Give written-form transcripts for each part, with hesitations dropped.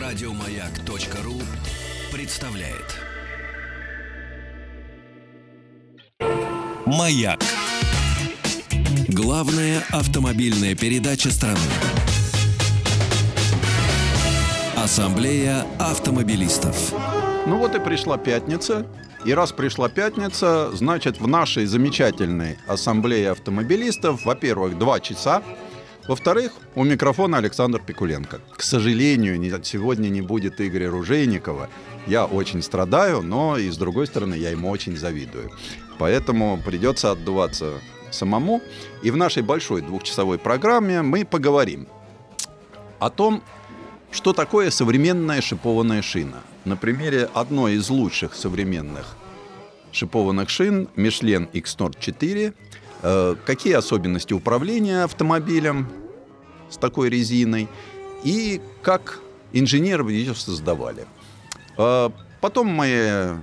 Радиомаяк.ру представляет. Маяк. Главная автомобильная передача страны. Ассамблея автомобилистов. Ну вот и пришла пятница. И раз пришла пятница, значит, в нашей замечательной ассамблее автомобилистов, во-первых, 2 часа. Во-вторых, у микрофона Александр Пикуленко. К сожалению, сегодня не будет Игоря Ружейникова. Я очень страдаю, но и с другой стороны, я ему очень завидую. Поэтому придется отдуваться самому. И в нашей большой 2-часовой программе мы поговорим о том, что такое современная шипованная шина. На примере одной из лучших современных шипованных шин Michelin X-Nord 4. Какие особенности управления автомобилем с такой резиной и как инженеры ее создавали. Потом мы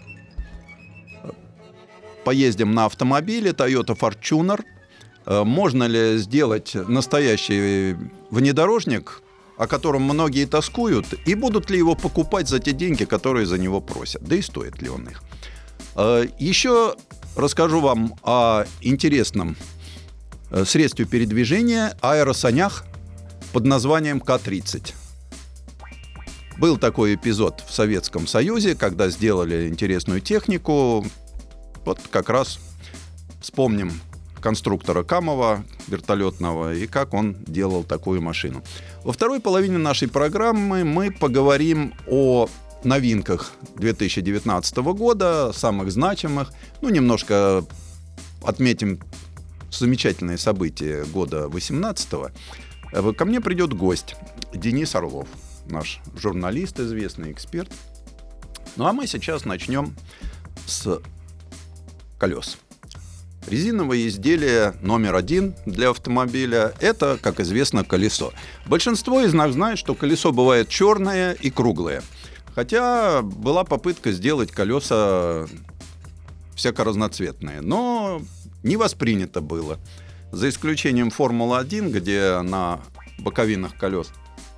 поездим на автомобиле Toyota Fortuner. Можно ли сделать настоящий внедорожник, о котором многие тоскуют, и будут ли его покупать за те деньги, которые за него просят, да и стоит ли он их. Еще расскажу вам о интересном средстве передвижения аэросанях под названием К-30. Был такой эпизод в Советском Союзе, когда сделали интересную технику. Вот как раз вспомним конструктора Камова вертолетного и как он делал такую машину. Во второй половине нашей программы мы поговорим о новинках 2019 года, самых значимых. Немножко отметим замечательные события года 2018. Ко мне придет гость Денис Орлов, наш журналист, известный эксперт. А мы сейчас начнем с колес. Резиновое изделие номер 1 для автомобиля – это, как известно, колесо. Большинство из нас знает, что колесо бывает черное и круглое. Хотя была попытка сделать колеса всяко разноцветные, но не воспринято было. За исключением Формулы-1, где на боковинах колес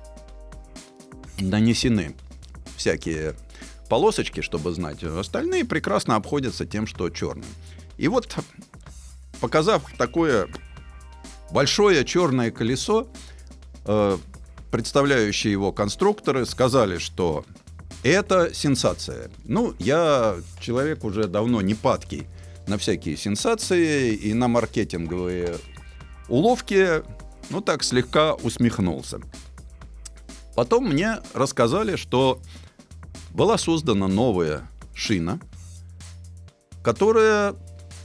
нанесены всякие полосочки, чтобы знать. Остальные прекрасно обходятся тем, что черным. И вот, показав такое большое черное колесо, представляющие его конструкторы сказали, что это сенсация. Я человек уже давно не падкий на всякие сенсации и на маркетинговые уловки, так слегка усмехнулся. Потом мне рассказали, что была создана новая шина, которая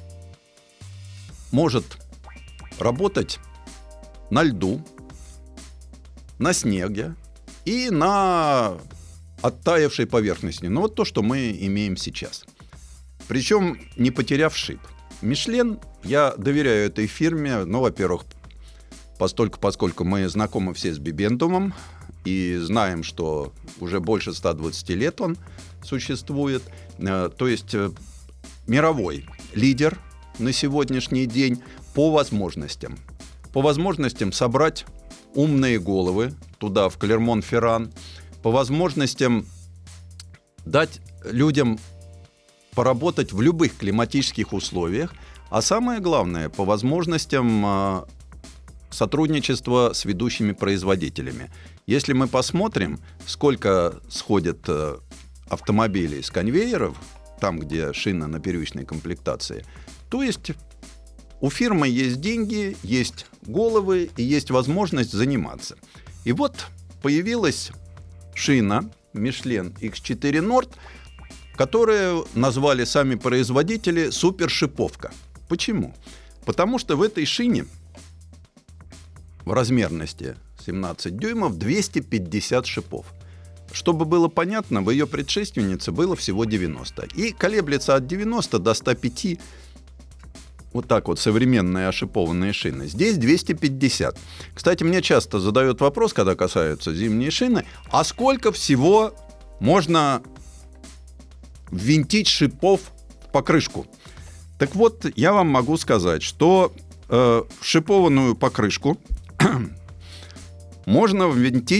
может работать на льду, на снеге и на оттаявшей поверхности. То, что мы имеем сейчас. Причем не потеряв шип. Michelin, я доверяю этой фирме, во-первых, поскольку мы знакомы все с Бибендумом и знаем, что уже больше 120 лет он существует. То есть мировой лидер на сегодняшний день по возможностям. По возможностям собрать умные головы туда, в Клермон-Ферран, по возможностям дать людям поработать в любых климатических условиях, а самое главное, по возможностям сотрудничества с ведущими производителями. Если мы посмотрим, сколько сходит автомобилей с конвейеров, там, где шина на первичной комплектации, то есть у фирмы есть деньги, есть головы и есть возможность заниматься. И вот появилась шина Michelin X4 Nord, которую назвали сами производители супершиповка. Почему? Потому что в этой шине в размерности 17 дюймов 250 шипов. Чтобы было понятно, в ее предшественнице было всего 90. И колеблется от 90 до 105 вот так вот современные ошипованные шины. Здесь 250. Кстати, мне часто задают вопрос, когда касаются зимней шины, а сколько всего можно ввинтить шипов в покрышку? Так вот, я вам могу сказать, что в шипованную покрышку можно ввинтить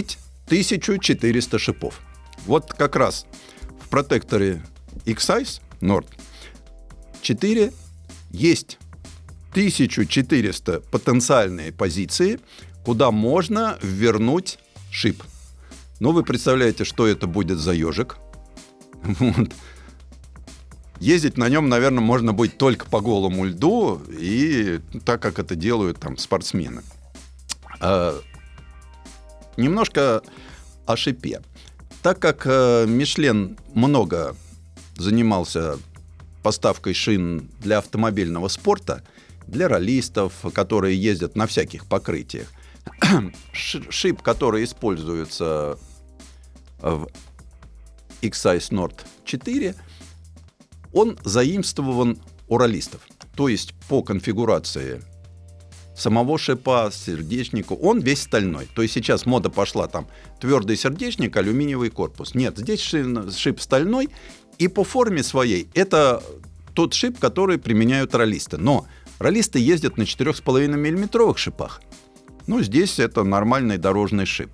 1400 шипов. Вот как раз в протекторе X-Size Nord 4 есть 1400 потенциальные позиции, куда можно ввернуть шип. Ну, вы представляете, что это будет за ежик. Вот. Ездить на нем, наверное, можно будет только по голому льду, и так, как это делают там спортсмены. Немножко о шипе. Так как Мишлен много занимался поставкой шин для автомобильного спорта, для раллистов, которые ездят на всяких покрытиях, шип, который используется в X-Size Nord 4, он заимствован у раллистов. То есть по конфигурации самого шипа, сердечника, он весь стальной. То есть сейчас мода пошла там твердый сердечник, алюминиевый корпус. Нет, здесь шип стальной, и по форме своей это тот шип, который применяют раллисты. Но раллисты ездят на 4,5 миллиметровых шипах. Ну, здесь это нормальный дорожный шип.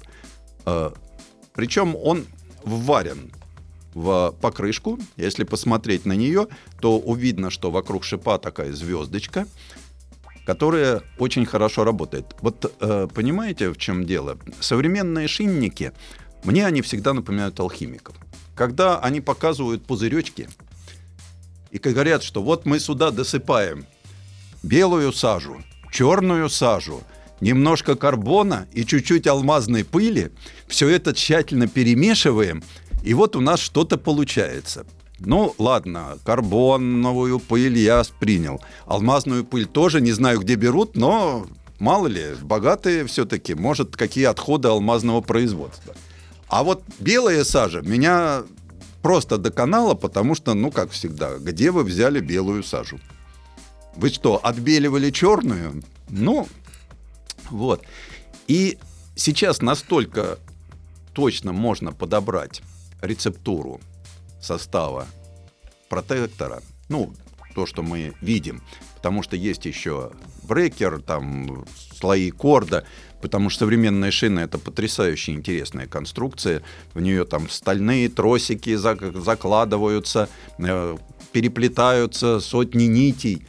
Причем он вварен в покрышку. Если посмотреть на нее, то видно, что вокруг шипа такая звездочка, которая очень хорошо работает. Вот понимаете, в чем дело? Современные шинники, мне они всегда напоминают алхимиков. Когда они показывают пузыречки и говорят, что вот мы сюда досыпаем белую сажу, черную сажу, немножко карбона и чуть-чуть алмазной пыли, все это тщательно перемешиваем, и вот у нас что-то получается. Ну, ладно, карбоновую пыль я принял. Алмазную пыль тоже не знаю, где берут, но мало ли, богатые все-таки, может, какие отходы алмазного производства. А вот белая сажа меня просто доконала, потому что, ну, как всегда, где вы взяли белую сажу? Вы что, отбеливали черную? Ну, вот. И сейчас настолько точно можно подобрать рецептуру состава протектора, ну, то, что мы видим, потому что есть еще брекер, там, слои корда, потому что современная шина — это потрясающе интересная конструкция, в нее там стальные тросики закладываются, переплетаются сотни нитей,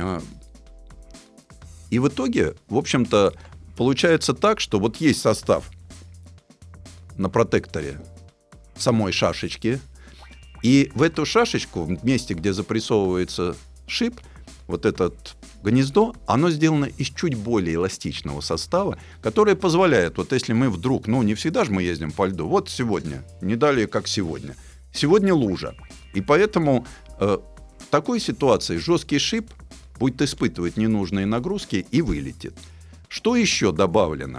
и в итоге, в общем-то, получается так, что вот есть состав на протекторе самой шашечки, и в эту шашечку, в месте, где запрессовывается шип, вот это гнездо, оно сделано из чуть более эластичного состава, которое позволяет, вот если мы вдруг, ну не всегда же мы ездим по льду, вот сегодня, не далее как сегодня, сегодня лужа, и поэтому в такой ситуации жесткий шип будет испытывать ненужные нагрузки и вылетит. Что еще добавлено?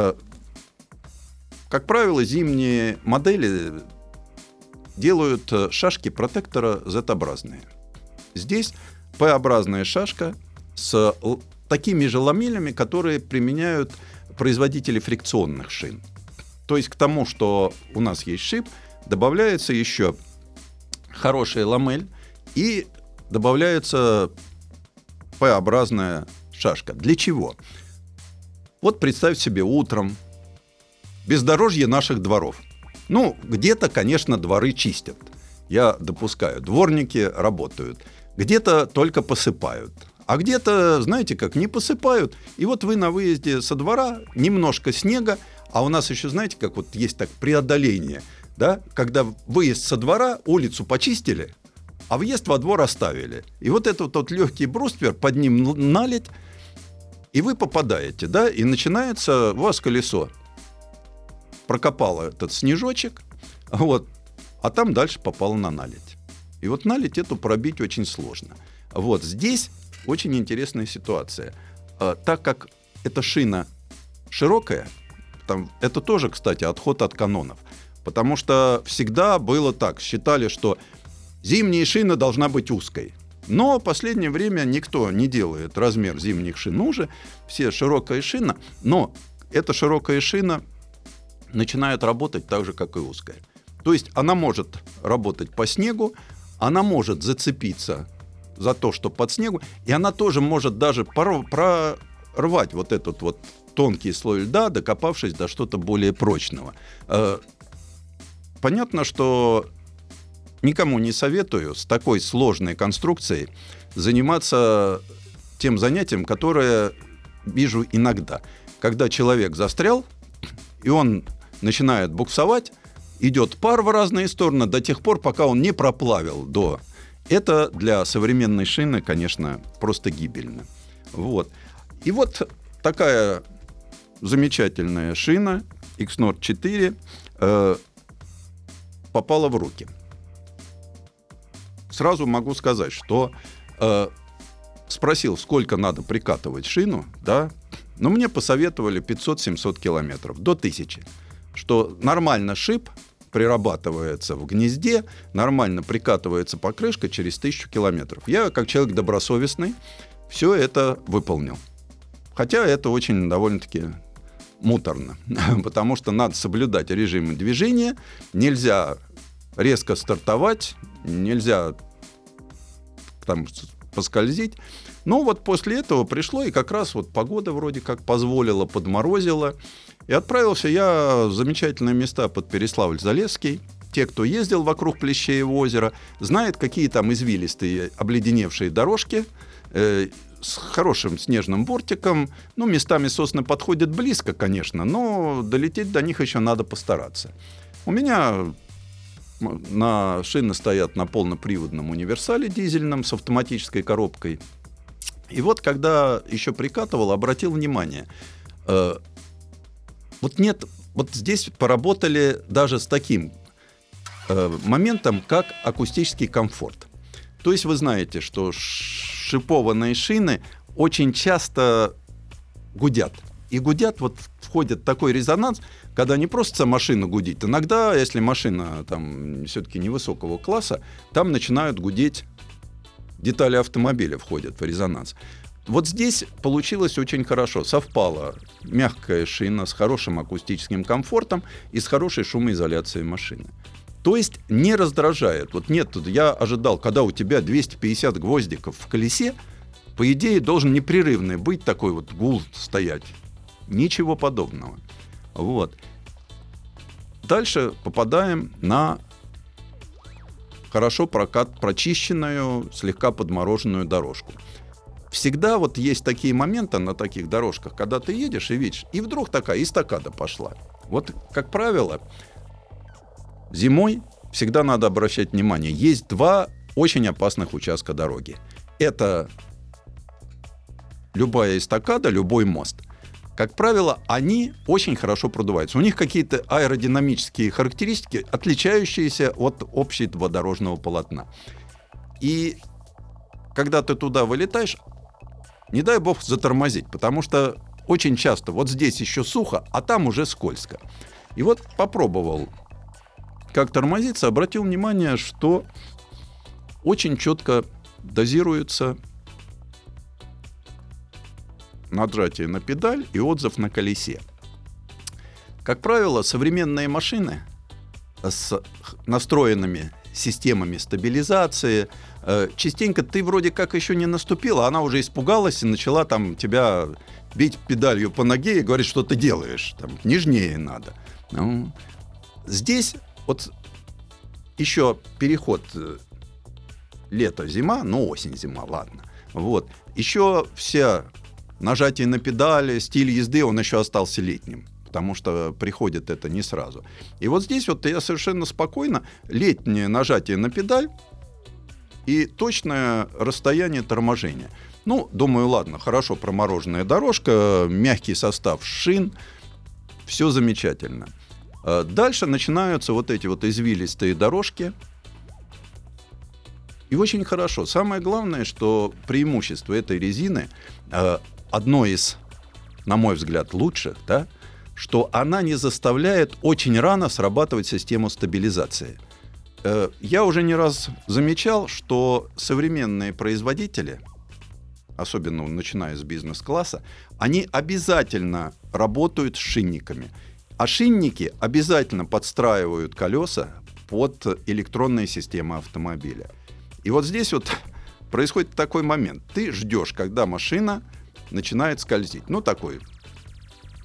Как правило, зимние модели делают шашки протектора Z-образные. Здесь P-образная шашка с такими же ламелями, которые применяют производители фрикционных шин. То есть к тому, что у нас есть шип, добавляется еще хорошая ламель и добавляется P-образная шашка. Для чего? Вот представь себе утром бездорожье наших дворов. Ну, где-то, конечно, дворы чистят. Я допускаю, дворники работают. Где-то только посыпают. А где-то, знаете как, не посыпают. И вот вы на выезде со двора, немножко снега, а у нас еще, знаете, как вот есть так преодоление, да? Когда выезд со двора, улицу почистили, а въезд во двор оставили. И вот этот вот легкий бруствер, под ним наледь, и вы попадаете, да? И начинается у вас колесо. Прокопало этот снежочек, вот, а там дальше попало на наледь. И вот наледь эту пробить очень сложно. Вот здесь очень интересная ситуация. Так как эта шина широкая, там, это тоже, кстати, отход от канонов. Потому что всегда было так. Считали, что зимняя шина должна быть узкой. Но в последнее время никто не делает размер зимних шин уже. Все широкая шина. Но эта широкая шина начинает работать так же, как и узкая. То есть она может работать по снегу, она может зацепиться за то, что под снегу, и она тоже может даже прорвать вот этот вот тонкий слой льда, докопавшись до что-то более прочного. Понятно, что никому не советую с такой сложной конструкцией заниматься тем занятием, которое вижу иногда. Когда человек застрял, и он начинает буксовать, идет пар в разные стороны до тех пор, пока он не проплавил до. Это для современной шины, конечно, просто гибельно. Вот. И вот такая замечательная шина X-Nord 4 попала в руки. Сразу могу сказать, что спросил, сколько надо прикатывать шину, да, но мне посоветовали 500-700 километров, до 1000. Что нормально шип прирабатывается в гнезде, нормально прикатывается покрышка через 1000 километров. Я, как человек добросовестный, все это выполнил. Хотя это очень довольно-таки муторно, потому что надо соблюдать режим движения, нельзя резко стартовать, нельзя там поскользить. Но вот после этого пришло, и как раз вот погода вроде как позволила, подморозила. И отправился я в замечательные места под Переславль-Залесский. Те, кто ездил вокруг Плещеева озера, знают, какие там извилистые обледеневшие дорожки с хорошим снежным бортиком. Ну, местами сосны подходят близко, конечно, но долететь до них еще надо постараться. У меня шины стоят на полноприводном универсале дизельном с автоматической коробкой. И вот, когда еще прикатывал, обратил внимание, вот здесь поработали даже с таким моментом, как акустический комфорт. То есть вы знаете, что шипованные шины очень часто гудят. И гудят, вот входит такой резонанс, когда не просто машина гудит. Иногда, если машина там все-таки невысокого класса, там начинают гудеть детали автомобиля, входят в резонанс. Вот здесь получилось очень хорошо. Совпала мягкая шина с хорошим акустическим комфортом и с хорошей шумоизоляцией машины. То есть не раздражает. Вот нет, я ожидал, когда у тебя 250 гвоздиков в колесе, по идее, должен непрерывный быть такой вот гул стоять. Ничего подобного. Вот. Дальше попадаем на хорошо прочищенную, слегка подмороженную дорожку. Всегда вот есть такие моменты на таких дорожках, когда ты едешь и видишь, и вдруг такая эстакада пошла. Вот, как правило, зимой всегда надо обращать внимание. Есть два очень опасных участка дороги. Это любая эстакада, любой мост. Как правило, они очень хорошо продуваются. У них какие-то аэродинамические характеристики, отличающиеся от общего дорожного полотна. И когда ты туда вылетаешь, не дай бог затормозить, потому что очень часто вот здесь еще сухо, а там уже скользко. И вот попробовал как тормозиться, обратил внимание, что очень четко дозируется нажатие на педаль и отзыв на колесе. Как правило, современные машины с настроенными системами стабилизации, частенько ты вроде как еще не наступила, а она уже испугалась и начала там тебя бить педалью по ноге и говорит, что ты делаешь, там, нежнее надо. Ну, здесь вот еще переход лето-зима, ну осень-зима, ладно. Вот. Еще все нажатие на педали, стиль езды, он еще остался летним, потому что приходит это не сразу. И вот здесь вот я совершенно спокойно, летнее нажатие на педаль и точное расстояние торможения. Ну, думаю, ладно, хорошо промороженная дорожка, мягкий состав шин, все замечательно. Дальше начинаются вот эти вот извилистые дорожки. И очень хорошо. Самое главное, что преимущество этой резины, одно из, на мой взгляд, лучших, да, что она не заставляет очень рано срабатывать систему стабилизации. Я уже не раз замечал, что современные производители, особенно начиная с бизнес-класса, они обязательно работают с шинниками. А шинники обязательно подстраивают колеса под электронные системы автомобиля. И вот здесь вот происходит такой момент. Ты ждешь, когда машина начинает скользить. Ну, такой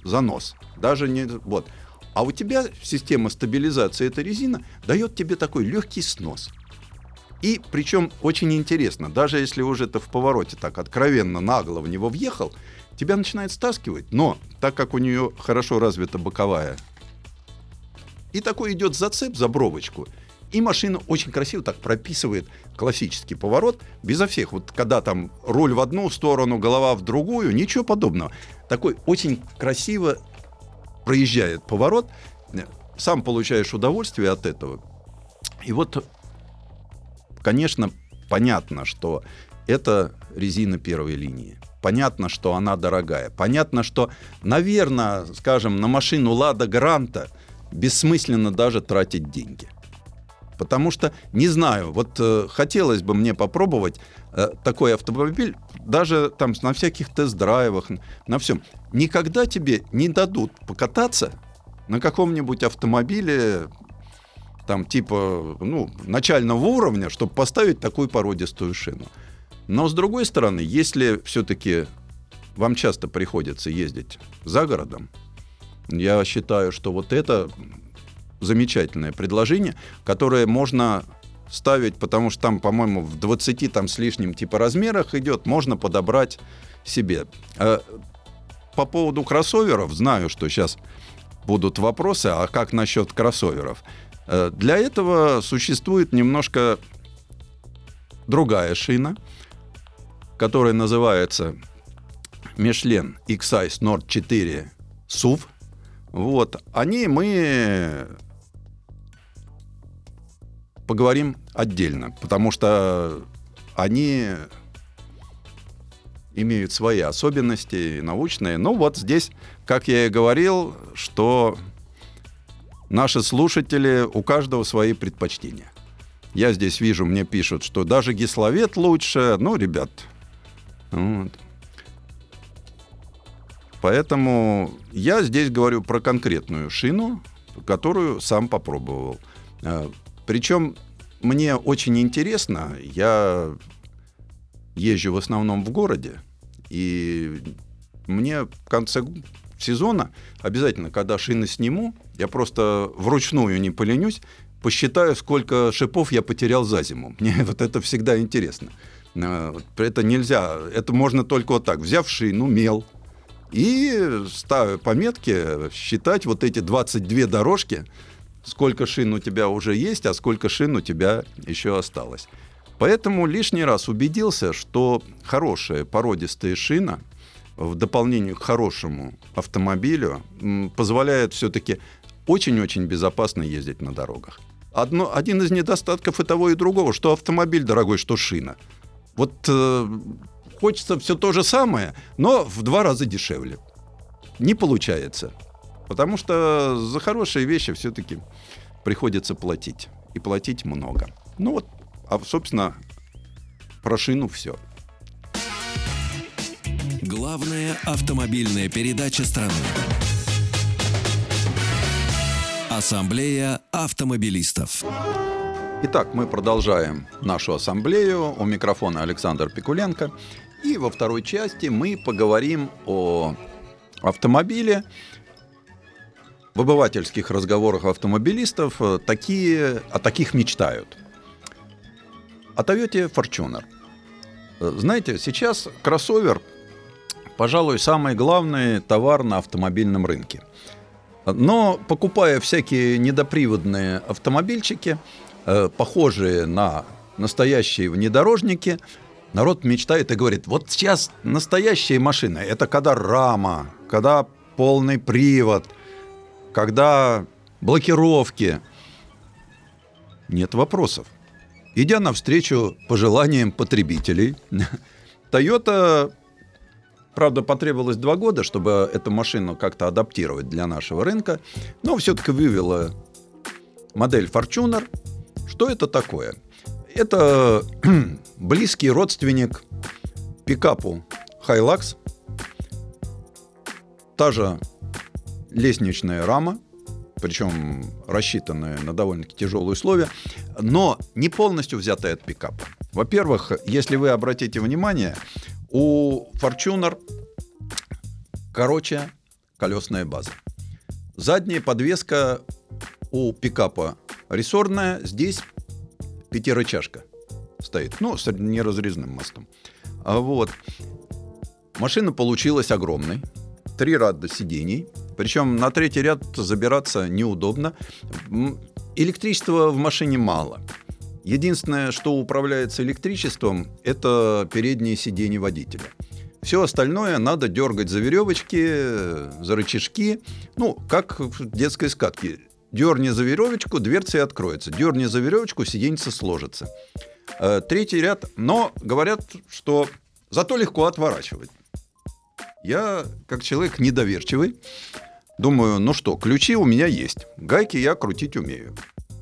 занос. Даже не... Вот. А у тебя система стабилизации этой резины дает тебе такой легкий снос. И причем очень интересно, даже если уже ты в повороте так откровенно нагло в него въехал, тебя начинает стаскивать, но так как у нее хорошо развита боковая, и такой идет зацеп за бровочку, и машина очень красиво так прописывает классический поворот, безо всех, вот когда там руль в одну сторону, голова в другую, ничего подобного. Такой очень красиво проезжает поворот, сам получаешь удовольствие от этого. И вот, конечно, понятно, что это резина первой линии. Понятно, что она дорогая. Понятно, что, наверное, скажем, на машину «Лада Гранта» бессмысленно даже тратить деньги. Потому что, не знаю, вот хотелось бы мне попробовать такой автомобиль, даже там на всяких тест-драйвах, на всем. Никогда тебе не дадут покататься на каком-нибудь автомобиле там типа начального уровня, чтобы поставить такую породистую шину. Но с другой стороны, если все-таки вам часто приходится ездить за городом, я считаю, что вот это замечательное предложение, которое можно ставить, потому что там, по-моему, в 20 там с лишним типа размерах идет, можно подобрать себе. По поводу кроссоверов, знаю, что сейчас будут вопросы, а как насчет кроссоверов? Для этого существует немножко другая шина, которая называется Michelin X-Size Nord 4 SUV. Вот. О ней мы поговорим отдельно, потому что они имеют свои особенности научные. Ну вот здесь, как я и говорил, что наши слушатели, у каждого свои предпочтения. Я здесь вижу, мне пишут, что даже Гисловет лучше. Ну, ребят, вот. Поэтому я здесь говорю про конкретную шину, которую сам попробовал. Причем мне очень интересно, я езжу в основном в городе, и мне в конце сезона обязательно, когда шины сниму, я просто вручную не поленюсь, посчитаю, сколько шипов я потерял за зиму. Мне вот это всегда интересно. Это нельзя, это можно только вот так, взяв шину, мел, и ставя пометки, считать вот эти 22 дорожки, сколько шин у тебя уже есть, а сколько шин у тебя еще осталось. Поэтому лишний раз убедился, что хорошая породистая шина в дополнение к хорошему автомобилю позволяет все-таки очень-очень безопасно ездить на дорогах. Один из недостатков и того, и другого, что автомобиль дорогой, что шина. Вот хочется все то же самое, но в 2 раза дешевле. Не получается. Потому что за хорошие вещи все-таки приходится платить. И платить много. Ну вот, собственно, про шину все. Главная автомобильная передача страны. Ассамблея автомобилистов. Итак, мы продолжаем нашу ассамблею. У микрофона Александр Пикуленко. И во второй части мы поговорим о автомобиле. В обывательских разговорах автомобилистов о таких мечтают. О Toyota Fortuner. Знаете, сейчас кроссовер, пожалуй, самый главный товар на автомобильном рынке. Но покупая всякие недоприводные автомобильчики, похожие на настоящие внедорожники, народ мечтает и говорит, вот сейчас настоящая машина, это когда рама, когда полный привод, когда блокировки. Нет вопросов. Идя навстречу пожеланиям потребителей, Toyota, правда, потребовалось 2 года, чтобы эту машину как-то адаптировать для нашего рынка, но все-таки вывела модель Fortuner. Что это такое? Это близкий родственник пикапу Hilux, та же лестничная рама, причем рассчитанная на довольно-таки тяжелые условия, но не полностью взятая от пикапа. Во-первых, если вы обратите внимание, у Fortuner короче колесная база. Задняя подвеска у пикапа рессорная, здесь пятирычажка стоит, с неразрезным мостом. Вот. Машина получилась огромной, 3 ряда сидений, причем на 3-й ряд забираться неудобно. Электричества в машине мало. Единственное, что управляется электричеством, это передние сиденья водителя. Все остальное надо дергать за веревочки, за рычажки, как в детской сказке. Дерни за веревочку, дверца и откроется. Дерни за веревочку, сиденьица сложится. 3-й ряд, но говорят, что зато легко отворачивать. Я, как человек недоверчивый, думаю, ключи у меня есть, гайки я крутить умею.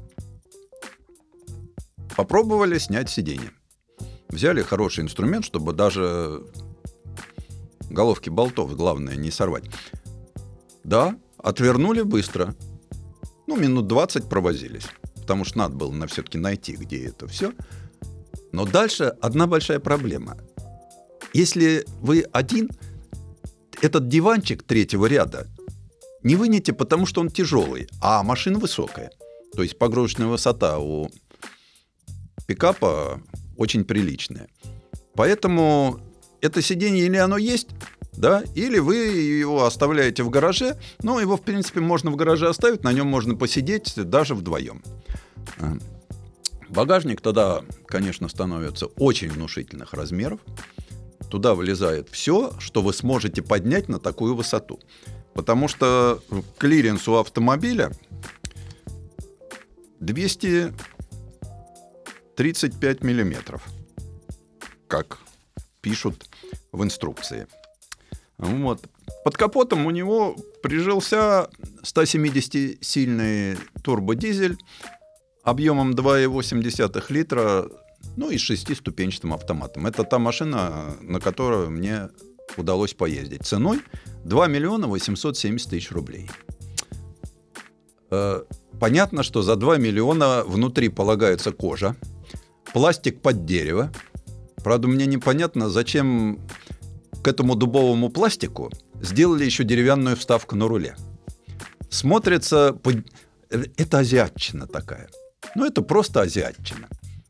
Попробовали снять сиденье. Взяли хороший инструмент, чтобы даже головки болтов, главное, не сорвать. Да, отвернули быстро. Минут 20 провозились, потому что надо было все-таки найти, где это все. Но дальше одна большая проблема. Если вы один, этот диванчик 3-го ряда не вынете, потому что он тяжелый, а машина высокая. То есть погрузочная высота у пикапа очень приличная. Поэтому это сиденье или оно есть, да, или вы его оставляете в гараже. Его, в принципе, можно в гараже оставить, на нем можно посидеть даже вдвоем. Багажник тогда, конечно, становится очень внушительных размеров. Туда вылезает все, что вы сможете поднять на такую высоту. Потому что клиренс у автомобиля 235 миллиметров, как пишут в инструкции. Вот. Под капотом у него прижился 170-сильный турбодизель объемом 2,8 литра, и с 6-ступенчатым автоматом. Это та машина, на которую мне удалось поездить. Ценой 2 миллиона 870 тысяч рублей. Понятно, что за 2 миллиона внутри полагается кожа, пластик под дерево. Правда, мне непонятно, зачем к этому дубовому пластику сделали еще деревянную вставку на руле. Смотрится... Это азиатчина такая. Это просто азиатчина.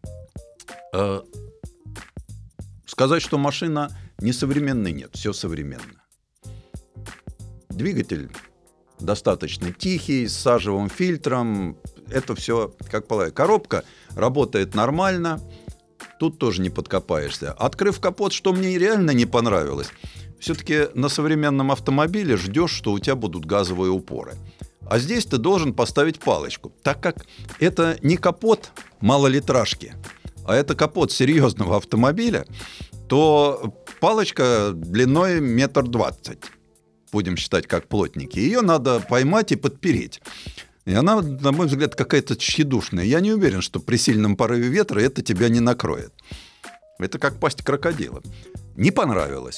Сказать, что машина несовременная, нет, все современно. Двигатель достаточно тихий, с сажевым фильтром. Это все как полагается. Коробка работает нормально. Тут тоже не подкопаешься. Открыв капот, что мне реально не понравилось, все-таки на современном автомобиле ждешь, что у тебя будут газовые упоры. А здесь ты должен поставить палочку. Так как это не капот малолитражки, а это капот серьезного автомобиля, то палочка длиной 1,20 м. Будем считать как плотники. Ее надо поймать и подпереть. И она, на мой взгляд, какая-то тщедушная. Я не уверен, что при сильном порыве ветра это тебя не накроет. Это как пасть крокодила. Не понравилось.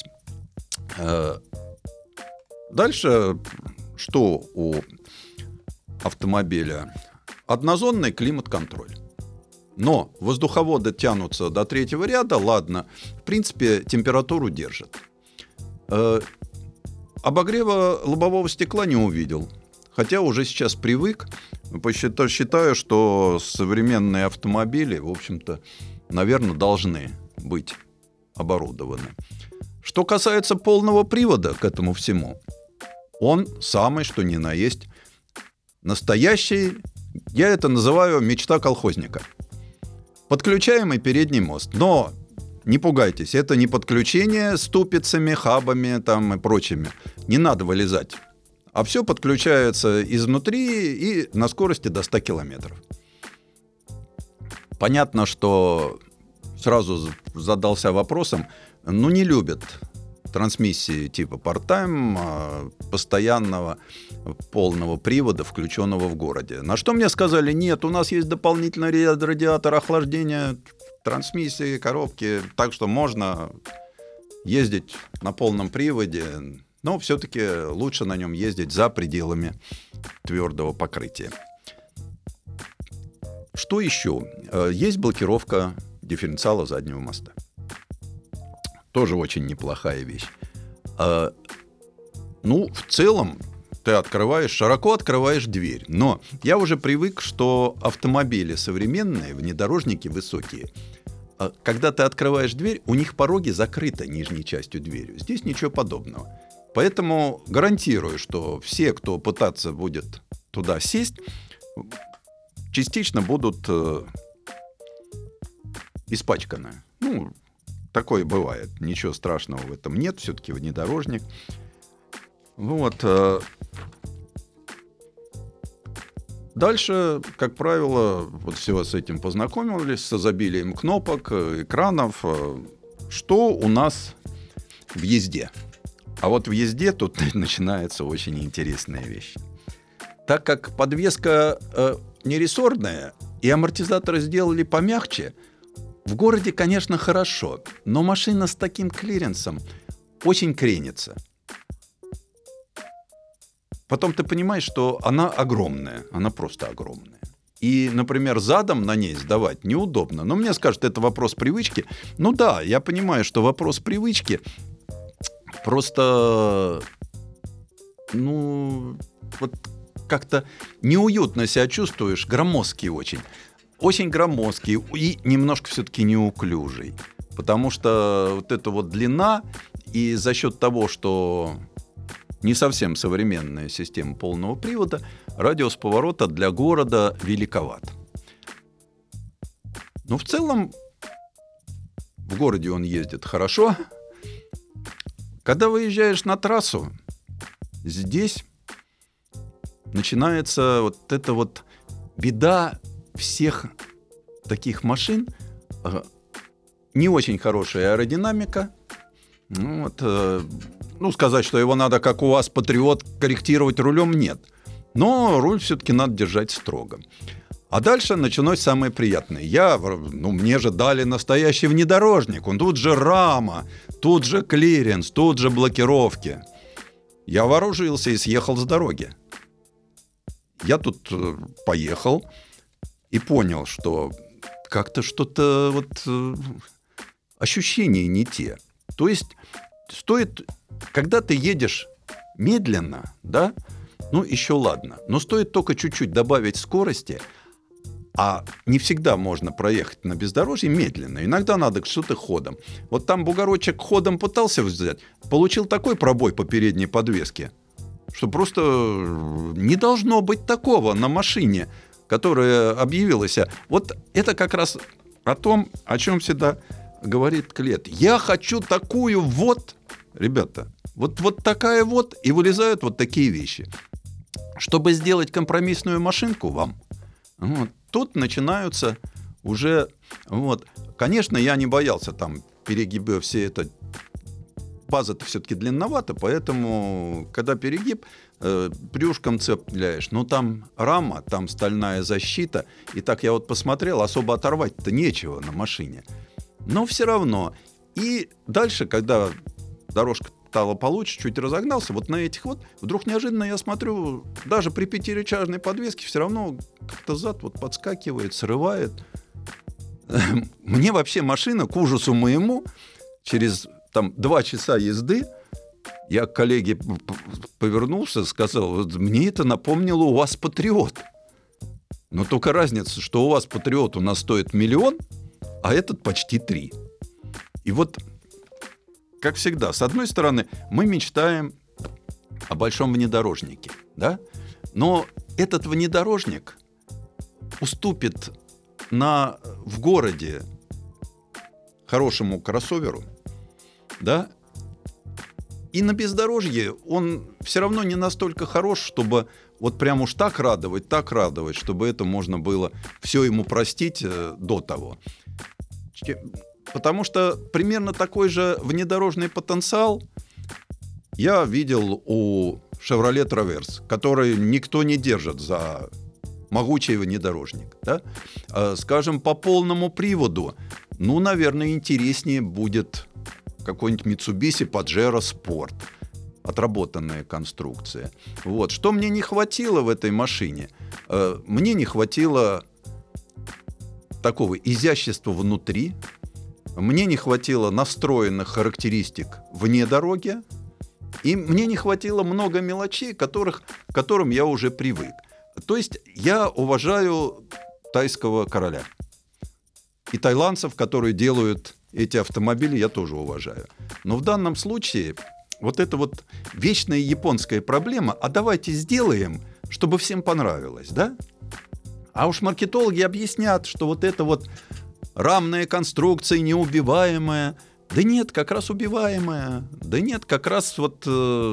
Дальше, что у автомобиля? Однозонный климат-контроль. Но воздуховоды тянутся до 3-го ряда, ладно. В принципе, температуру держит. Обогрева лобового стекла не увидел. Хотя уже сейчас привык. Считаю, что современные автомобили, в общем-то, наверное, должны быть оборудованы. Что касается полного привода к этому всему, он самый, что ни на есть, настоящий, я это называю мечта колхозника. Подключаемый передний мост. Но не пугайтесь, это не подключение ступицами, хабами и прочими. Не надо вылезать. А все подключается изнутри и на скорости до 100 километров. Понятно, что сразу задался вопросом, не любят трансмиссии типа part-time, постоянного полного привода, включенного в городе. На что мне сказали, нет, у нас есть дополнительный радиатор охлаждения, трансмиссии, коробки, так что можно ездить на полном приводе, но все-таки лучше на нем ездить за пределами твердого покрытия. Что еще? Есть блокировка дифференциала заднего моста. Тоже очень неплохая вещь. Ну, в целом, ты широко открываешь дверь. Но я уже привык, что автомобили современные, внедорожники высокие, когда ты открываешь дверь, у них пороги закрыты нижней частью дверью. Здесь ничего подобного. Поэтому гарантирую, что все, кто пытаться будет туда сесть, частично будут испачканы. Ну, такое бывает. Ничего страшного в этом нет. Все-таки внедорожник. Вот. Дальше, как правило, вот все с этим познакомились, с изобилием кнопок, экранов. Что у нас в езде? А вот в езде тут начинается очень интересная вещь. Так как подвеска не рессорная и амортизаторы сделали помягче, в городе, конечно, хорошо, но машина с таким клиренсом очень кренится. Потом ты понимаешь, что она огромная, она просто огромная. И, например, задом на ней сдавать неудобно. Но мне скажут, это вопрос привычки. Ну да, я понимаю, что вопрос привычки. Просто, вот как-то неуютно себя чувствуешь, громоздкий очень. Очень громоздкий и немножко все-таки неуклюжий. Потому что вот эта вот длина, и за счет того, что не совсем современная система полного привода, радиус поворота для города великоват. Но в целом в городе он ездит хорошо. Когда выезжаешь на трассу, здесь начинается вот эта вот беда всех таких машин. Не очень хорошая аэродинамика. Сказать, что его надо, как у вас, Патриот, корректировать рулем, нет. Но руль все-таки надо держать строго. А дальше началось самое приятное. Мне же дали настоящий внедорожник. Тут же рама, тут же клиренс, тут же блокировки. Я вооружился и съехал с дороги. Я тут поехал и понял, что как-то что-то ощущения не те. То есть когда ты едешь медленно, да, еще ладно, но стоит только чуть-чуть добавить скорости, а не всегда можно проехать на бездорожье медленно. Иногда надо что-то ходом. Вот там бугорочек ходом пытался взять, получил такой пробой по передней подвеске, что просто не должно быть такого на машине, которая объявилась. Вот это как раз о том, о чем всегда говорит клиент. Я хочу такую ребята, вот такая и вылезают вот такие вещи. Чтобы сделать компромиссную машинку вам, тут начинаются уже... Конечно, я не боялся там перегиба, все это... База-то все-таки длинновата, поэтому, когда перегиб, брюшком цепляешь, там рама, там стальная защита, и так я посмотрел, особо оторвать-то нечего на машине. Но все равно. И дальше, когда дорожка стала получше, чуть разогнался, на этих вдруг неожиданно я смотрю, даже при 5-рычажной подвеске все равно как-то зад подскакивает, срывает. Мне вообще машина, к ужасу моему, через 2 часа езды, я к коллеге повернулся, сказал, мне это напомнило у вас Патриот. Но только разница, что у вас Патриот у нас стоит 1 миллион, а этот почти 3. И как всегда, с одной стороны, мы мечтаем о большом внедорожнике, да? Но этот внедорожник уступит в городе хорошему кроссоверу, да? И на бездорожье он все равно не настолько хорош, чтобы прям уж так радовать, чтобы это можно было все ему простить до того. Потому что примерно такой же внедорожный потенциал я видел у Chevrolet Traverse, который никто не держит за могучий внедорожник. Да? Скажем, по полному приводу, наверное, интереснее будет какой-нибудь Mitsubishi Pajero Sport. Отработанная конструкция. Что мне не хватило в этой машине? Мне не хватило такого изящества внутри. Мне не хватило настроенных характеристик вне дороги. И мне не хватило много мелочей, к которым я уже привык. То есть я уважаю тайского короля. И тайландцев, которые делают эти автомобили, я тоже уважаю. Но в данном случае вот эта вот вечная японская проблема, а давайте сделаем, чтобы всем понравилось, да? А уж маркетологи объяснят, что вот это вот рамная конструкция неубиваемая. Да нет, как раз убиваемая. Да нет, как раз вот...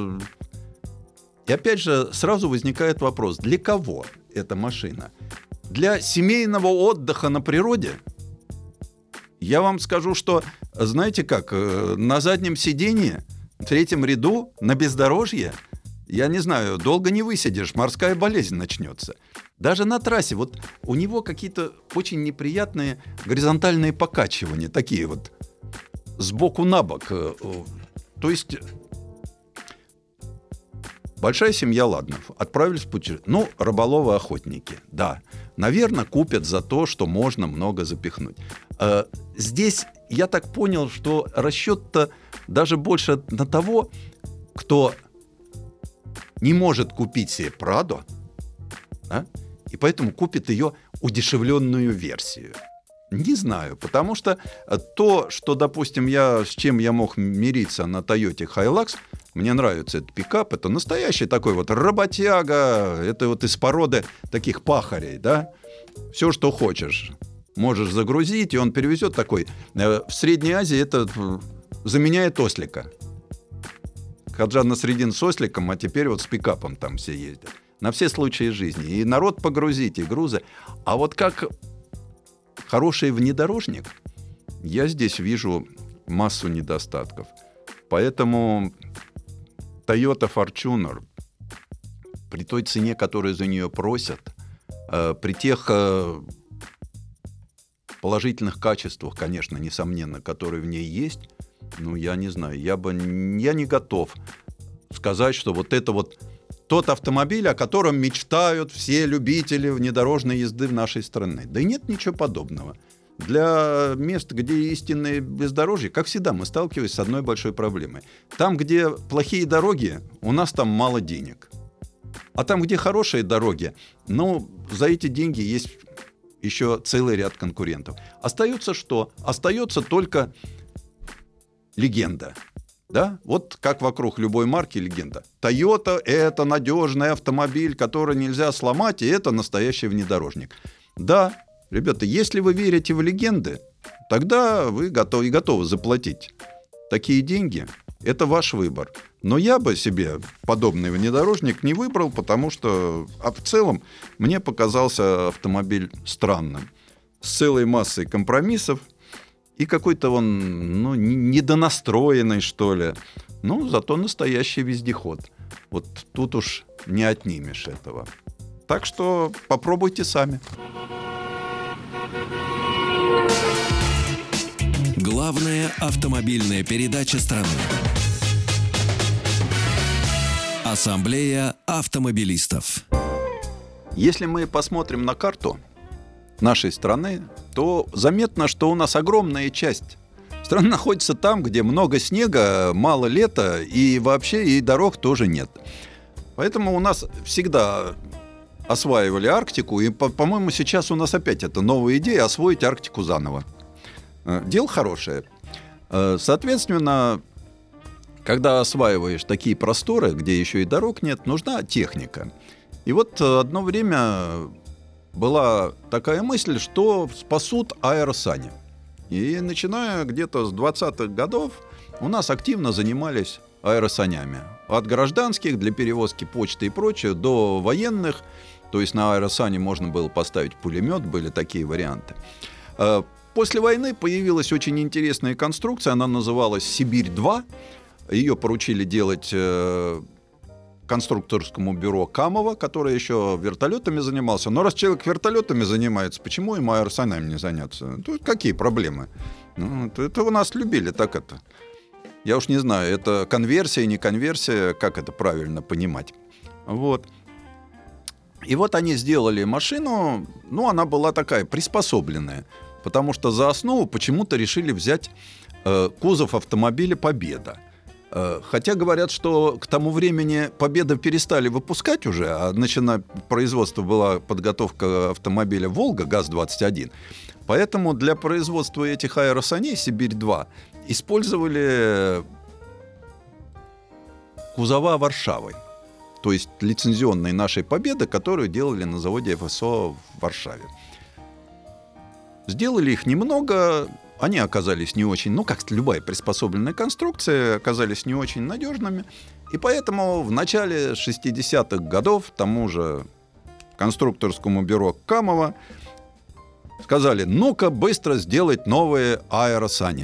И опять же сразу возникает вопрос, для кого эта машина? Для семейного отдыха на природе? Я вам скажу, что, знаете как, на заднем сиденье, в третьем ряду, на бездорожье, я не знаю, долго не высидишь, морская болезнь начнется. Даже на трассе вот у него какие-то очень неприятные горизонтальные покачивания, такие вот сбоку на бок. То есть большая семья, ладно, отправились в путешествие. Ну, рыболовы-охотники, да, наверное, купят за то, что можно много запихнуть. Здесь я так понял, что расчет-то даже больше на того, кто не может купить себе Прадо, да? И поэтому купит ее удешевленную версию. Не знаю, потому что то, что, допустим, с чем я мог мириться на Toyota Hilux, мне нравится этот пикап, это настоящий такой вот работяга, это вот из породы таких пахарей, да, все, что хочешь, можешь загрузить, и он перевезет такой. В Средней Азии это заменяет ослика. Хаджан Насреддин с осликом, а теперь вот с пикапом там все ездят. На все случаи жизни. И народ погрузить, и грузы. А вот как хороший внедорожник, я здесь вижу массу недостатков. Поэтому Toyota Fortuner при той цене, которую за нее просят, при тех положительных качествах, конечно, несомненно, которые в ней есть, ну, я не знаю, я не готов сказать, что вот это вот тот автомобиль, о котором мечтают все любители внедорожной езды в нашей стране. Да и нет ничего подобного. Для мест, где истинное бездорожье, как всегда, мы сталкиваемся с одной большой проблемой. Там, где плохие дороги, у нас там мало денег. А там, где хорошие дороги, ну, за эти деньги есть еще целый ряд конкурентов. Остается что? Остается только легенда. Да? Вот как вокруг любой марки легенда. Toyota — это надежный автомобиль, который нельзя сломать, и это настоящий внедорожник. Да, ребята, если вы верите в легенды, тогда вы готовы заплатить такие деньги. Это ваш выбор. Но я бы себе подобный внедорожник не выбрал, потому что в целом мне показался автомобиль странным. С целой массой компромиссов. И какой-то он, ну, недонастроенный, что ли. Ну, зато настоящий вездеход. Вот тут уж не отнимешь этого. Так что попробуйте сами. Главная автомобильная передача страны. Ассамблея автомобилистов. Если мы посмотрим на карту нашей страны, то заметно, что у нас огромная часть страны находится там, где много снега, мало лета, и вообще и дорог тоже нет. Поэтому у нас всегда осваивали Арктику, и, по-моему, сейчас у нас опять это новая идея — освоить Арктику заново. Дело хорошее. Соответственно, когда осваиваешь такие просторы, где еще и дорог нет, нужна техника. И вот одно время была такая мысль, что спасут аэросани. И начиная где-то с 20-х годов у нас активно занимались аэросанями. От гражданских для перевозки почты и прочее до военных. То есть на аэросане можно было поставить пулемет, были такие варианты. После войны появилась очень интересная конструкция, она называлась «Сибирь-2». Ее поручили делать конструкторскому бюро Камова, которое еще вертолетами занимался. Но раз человек вертолетами занимается, почему ему аэросанями не заняться? Тут какие проблемы? Ну, это у нас любили так это. Я уж не знаю, это конверсия, не конверсия, как это правильно понимать. Вот. И вот они сделали машину, ну, она была такая приспособленная, потому что за основу почему-то решили взять кузов автомобиля «Победа». Хотя говорят, что к тому времени Победа перестали выпускать уже, а начало производство была подготовка автомобиля «Волга» ГАЗ-21. Поэтому для производства этих аэросаней «Сибирь-2» использовали кузова Варшавы. То есть лицензионные нашей «Победы», которую делали на заводе ФСО в Варшаве. Сделали их немного, они оказались не очень, как любая приспособленная конструкция, оказались не очень надежными. И поэтому в начале 60-х годов тому же конструкторскому бюро Камова сказали: ну-ка быстро сделать новые аэросани.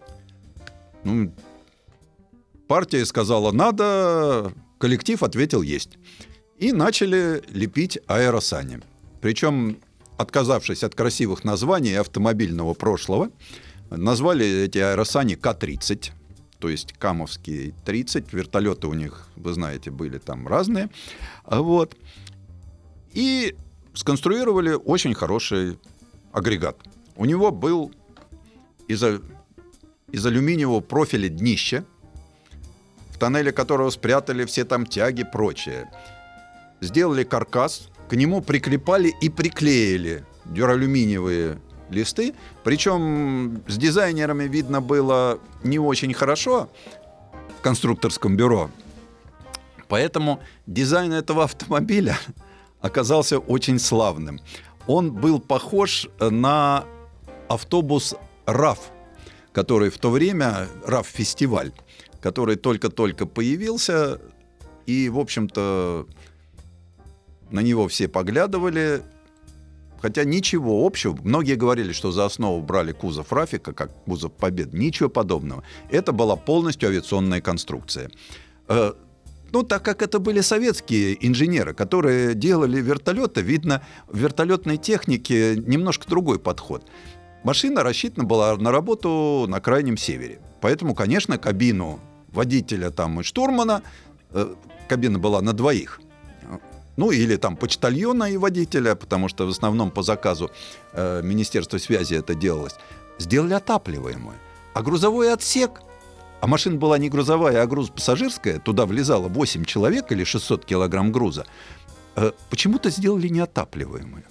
Партия сказала: надо, коллектив ответил: есть. И начали лепить аэросани. Причем, отказавшись от красивых названий автомобильного прошлого, назвали эти аэросани К-30, то есть камовские 30. Вертолеты у них, вы знаете, были там разные. Вот. И сконструировали очень хороший агрегат. У него был из алюминиевого профиля днище, в тоннеле которого спрятали все там тяги и прочее. Сделали каркас, к нему прикрепали и приклеили дюралюминиевые листы. Причем с дизайнерами видно было не очень хорошо в конструкторском бюро. Поэтому дизайн этого автомобиля оказался очень славным. Он был похож на автобус РАФ, который в то время, РАФ-фестиваль, который только-только появился, и, в общем-то, на него все поглядывали, хотя ничего общего. Многие говорили, что за основу брали кузов Рафика, как кузов Победы. Ничего подобного. Это была полностью авиационная конструкция. Так как это были советские инженеры, которые делали вертолеты, видно, в вертолетной технике немножко другой подход. Машина рассчитана была на работу на Крайнем Севере. Поэтому, конечно, кабину водителя там и штурмана, кабина была на двоих. Или там почтальона и водителя, потому что в основном по заказу Министерства связи это делалось, сделали отапливаемую. А грузовой отсек, а машина была не грузовая, а грузопассажирская, туда влезало 8 человек или 600 килограмм груза, почему-то сделали неотапливаемую.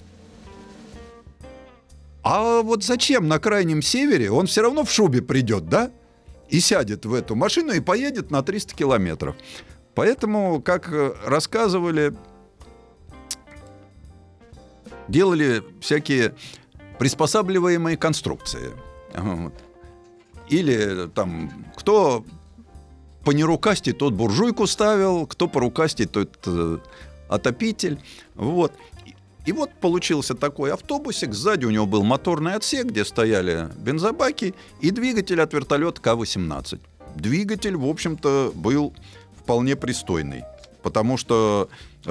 А вот зачем на Крайнем Севере? Он все равно в шубе придет, да? И сядет в эту машину и поедет на 300 километров. Поэтому, как рассказывали, делали всякие приспосабливаемые конструкции. Или там, кто по нерукасти, тот буржуйку ставил, кто по рукасти, тот отопитель. Вот. И вот получился такой автобусик. Сзади у него был моторный отсек, где стояли бензобаки, и двигатель от вертолета К-18. Двигатель, в общем-то, был вполне пристойный, потому что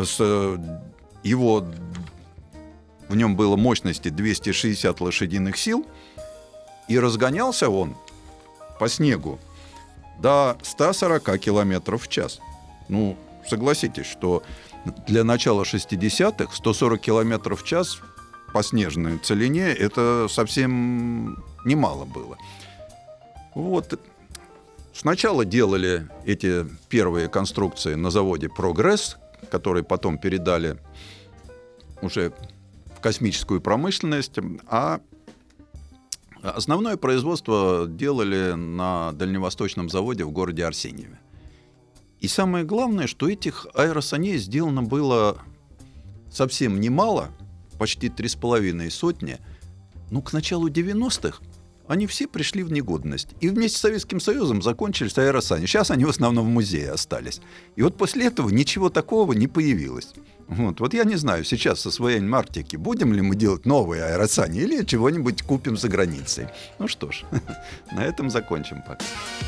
в нем было мощности 260 лошадиных сил, и разгонялся он по снегу до 140 километров в час. Согласитесь, что для начала 60-х 140 километров в час по снежной целине — это совсем немало было. Вот. Сначала делали эти первые конструкции на заводе «Прогресс», которые потом передали уже в космическую промышленность, а основное производство делали на дальневосточном заводе в городе Арсеньеве. И самое главное, что этих аэросаней сделано было совсем немало, почти 3,5 сотни. К началу 90-х они все пришли в негодность. И вместе с Советским Союзом закончились аэросани. Сейчас они в основном в музее остались. И вот после этого ничего такого не появилось. Вот я не знаю, сейчас с освоением Арктики будем ли мы делать новые аэросани или чего-нибудь купим за границей. Что ж, на этом закончим пока.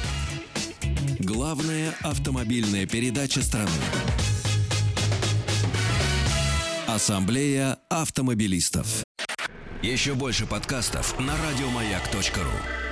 Главная автомобильная передача страны. Ассамблея автомобилистов. Еще больше подкастов на радиомаяк.ру.